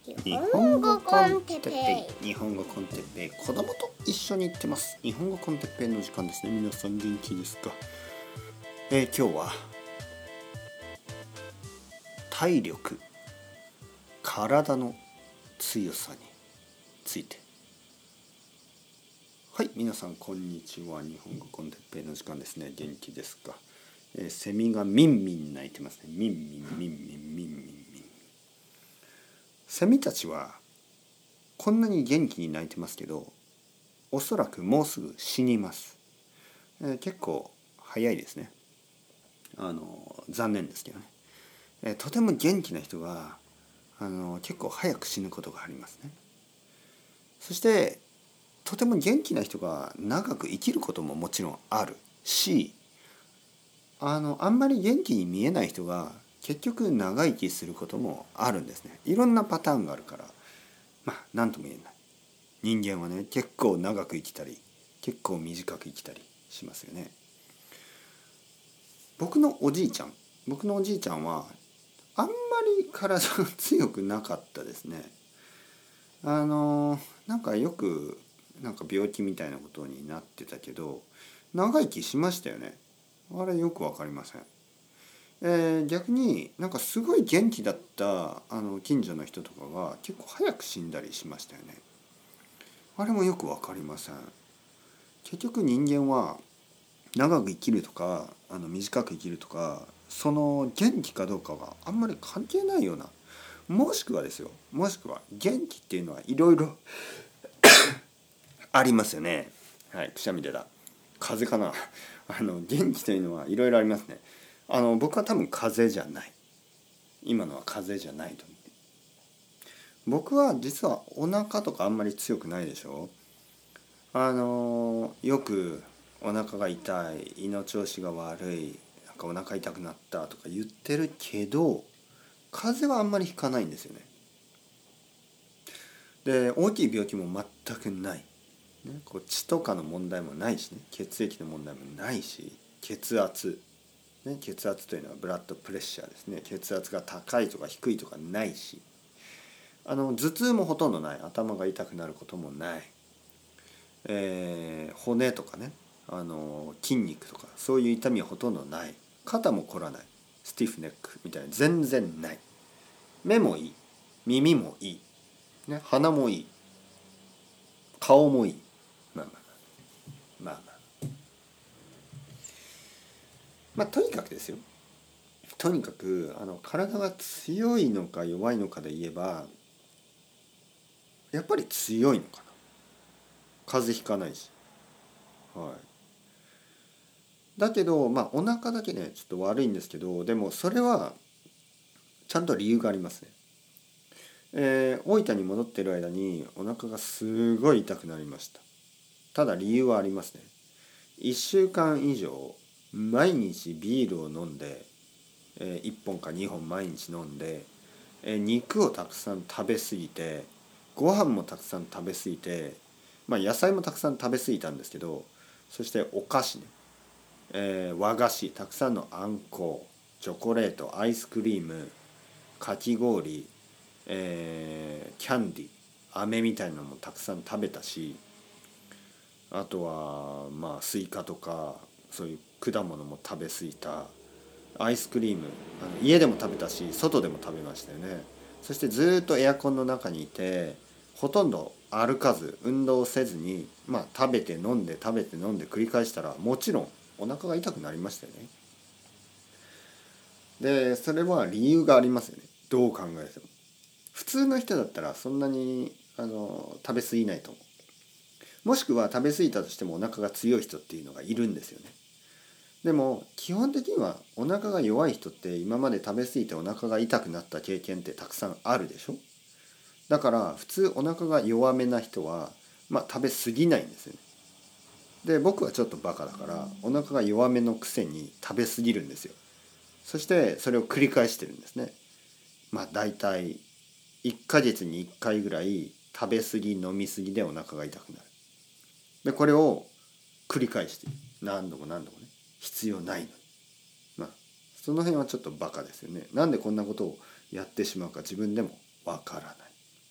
日本語コンテッペイ、日本語コンテッペイ、子供と一緒に行ってます。日本語コンテッペイの時間ですね。皆さん元気ですか？今日は体力、体の強さについて。はい、皆さんこんにちは。日本語コンテッペイの時間ですね。元気ですか？セミがミンミン鳴いてますね。ミンミンミンミンミンミンミン。セミたちはこんなに元気に鳴いてますけど、おそらくもうすぐ死にます。結構早いですね。残念ですけどね。とても元気な人が結構早く死ぬことがありますね。そしてとても元気な人が長く生きることももちろんあるし、あんまり元気に見えない人が結局長生きすることもあるんですね。いろんなパターンがあるから、何とも言えない。人間はね、結構長く生きたり結構短く生きたりしますよね。僕のおじいちゃんはあんまり体が強くなかったですね。なんかよく病気みたいなことになってたけど長生きしましたよね。あれよくわかりません。逆にすごい元気だった近所の人とかが結構早く死んだりしましたよね。あれもよくわかりません。結局人間は長く生きるとか短く生きるとか、その元気かどうかはあんまり関係ないような、もしくは元気っていうのはいろいろありますよね。はい、くしゃみ出た。風邪かな。元気というのはいろいろありますね。僕は多分風邪じゃない。今のは風邪じゃないと思って。僕は実はお腹とかあんまり強くないでしょ。よくお腹が痛い、胃の調子が悪い、お腹痛くなったとか言ってるけど、風邪はあんまりひかないんですよね。で、大きい病気も全くない。血とかの問題もないしね、血液の問題もないし、血圧というのはブラッドプレッシャーですね。血圧が高いとか低いとかないし、頭痛もほとんどない。頭が痛くなることもない。骨とかね、筋肉とかそういう痛みはほとんどない。肩も凝らない。スティフネックみたいな全然ない。目もいい、耳もいい、鼻もいい、顔もいい。とにかくですよ。とにかく体が強いのか弱いのかで言えばやっぱり強いのかな。風邪ひかないし、だけどお腹だけねちょっと悪いんですけど、でもそれはちゃんと理由がありますね。大分に戻ってる間にお腹がすごい痛くなりました。ただ理由はありますね。1週間以上毎日ビールを飲んで、1本か2本毎日飲んで、肉をたくさん食べ過ぎて、ご飯もたくさん食べ過ぎて、野菜もたくさん食べ過ぎたんですけど、そしてお菓子ね、和菓子たくさんのあんこ、チョコレート、アイスクリーム、かき氷、キャンディ、飴みたいなのもたくさん食べたし、あとはスイカとかそういう果物も食べ過ぎた。アイスクリーム家でも食べたし外でも食べましたよね。そしてずっとエアコンの中にいてほとんど歩かず運動せずに、食べて飲んで繰り返したらもちろんお腹が痛くなりましたよね。でそれは理由がありますよね。どう考えても普通の人だったらそんなに食べ過ぎないと思う。もしくは食べ過ぎたとしてもお腹が強い人っていうのがいるんですよね。でも基本的にはお腹が弱い人って今まで食べ過ぎてお腹が痛くなった経験ってたくさんあるでしょ。だから普通お腹が弱めな人は食べ過ぎないんですよね。で僕はちょっとバカだからお腹が弱めのくせに食べ過ぎるんですよ。そしてそれを繰り返してるんですね。だいたい1ヶ月に1回ぐらい食べ過ぎ飲み過ぎでお腹が痛くなる。でこれを繰り返している。何度もね。必要ないのに。その辺はちょっとバカですよね。なんでこんなことをやってしまうか自分でもわからない。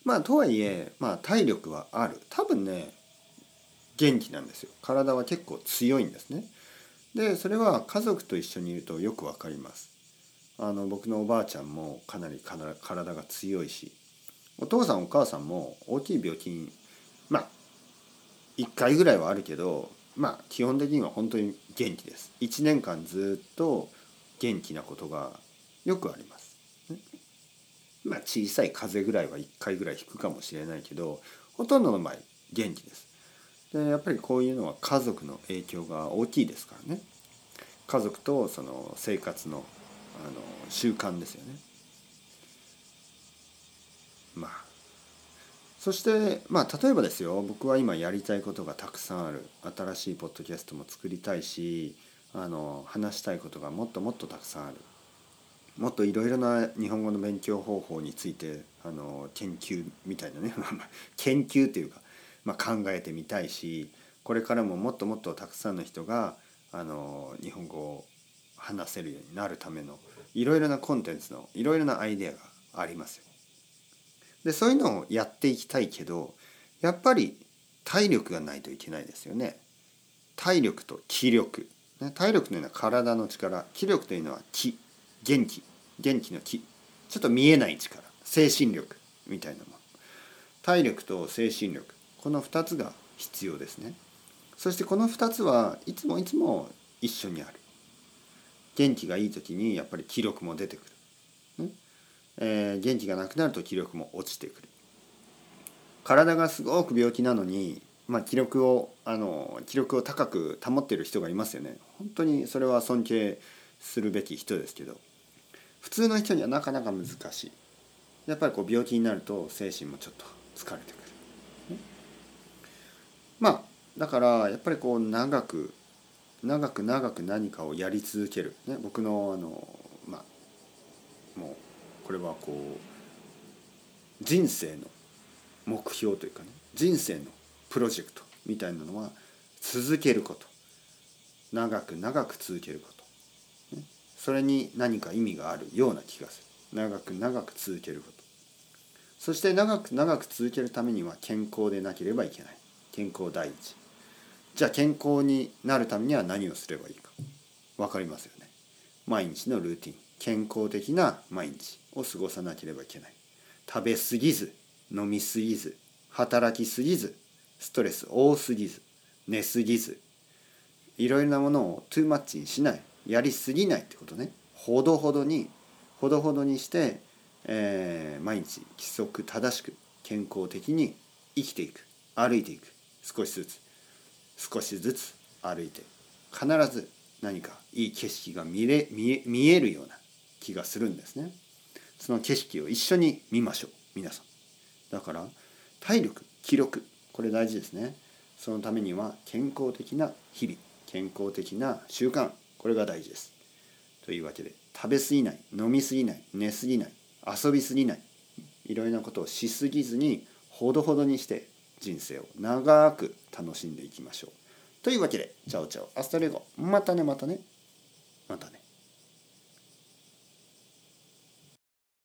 まあとはいえ、まあ体力はある。多分ね、元気なんですよ。体は結構強いんですね。で、それは家族と一緒にいるとよくわかります。僕のおばあちゃんもかなり体が強いし、お父さんお母さんも大きい病気に、まあ1回ぐらいはあるけど、まあ基本的には本当に元気です。1年間ずっと元気なことがよくあります。まあ小さい風邪ぐらいは1回ぐらい引くかもしれないけど、ほとんどの場合元気です。でやっぱりこういうのは家族の影響が大きいですからね。家族とその生活の習慣ですよね。まあそしてまあ例えばですよ、僕は今やりたいことがたくさんある。新しいポッドキャストも作りたいし、話したいことがもっともっとたくさんある。もっといろいろな日本語の勉強方法について研究みたいなね研究というか、まあ、考えてみたいし、これからももっともっとたくさんの人が日本語を話せるようになるためのいろいろなコンテンツのいろいろなアイデアがありますよ。でそういうのをやっていきたいけど、やっぱり体力がないといけないですよね。体力と気力、ね、体力というのは体の力、気力というのは元気元気の気、ちょっと見えない力、精神力みたいなもの。体力と精神力、この2つが必要ですね。そしてこの2つはいつもいつも一緒にある。元気がいい時にやっぱり気力も出てくる、元気がなくなると気力も落ちてくる。体がすごく病気なのに、まあ、気力を高く保っている人がいますよね。本当にそれは尊敬するべき人ですけど、普通の人にはなかなか難しい。やっぱりこう病気になると精神もちょっと疲れてくる。まあだからやっぱりこう長く何かをやり続ける、ね、僕のまあもうこれはこう人生の目標というかね、人生のプロジェクトみたいなのは続けること、長く続けること、ね、それに何か意味があるような気がする。長く続けること、そして長く続けるためには健康でなければいけない。健康第一。じゃあ健康になるためには何をすればいいか分かりますよね。毎日のルーティン、健康的な毎日を過ごさなければいけない。食べ過ぎず、飲み過ぎず、働きすぎず、ストレス多すぎず、寝すぎず、いろいろなものをトゥーマッチにしない、やりすぎないってことね。ほどほどにして、毎日規則正しく健康的に生きていく、歩いていく。少しずつ歩いて、必ず何かいい景色が見えるような気がするんですね。その景色を一緒に見ましょう、皆さん。だから体力、気力、これ大事ですね。そのためには健康的な日々、健康的な習慣、これが大事です。というわけで、食べ過ぎない、飲み過ぎない、寝過ぎない、遊び過ぎない、いろいろなことをしすぎずにほどほどにして人生を長く楽しんでいきましょう。というわけで、チャオチャオ、アスタレゴ、またね。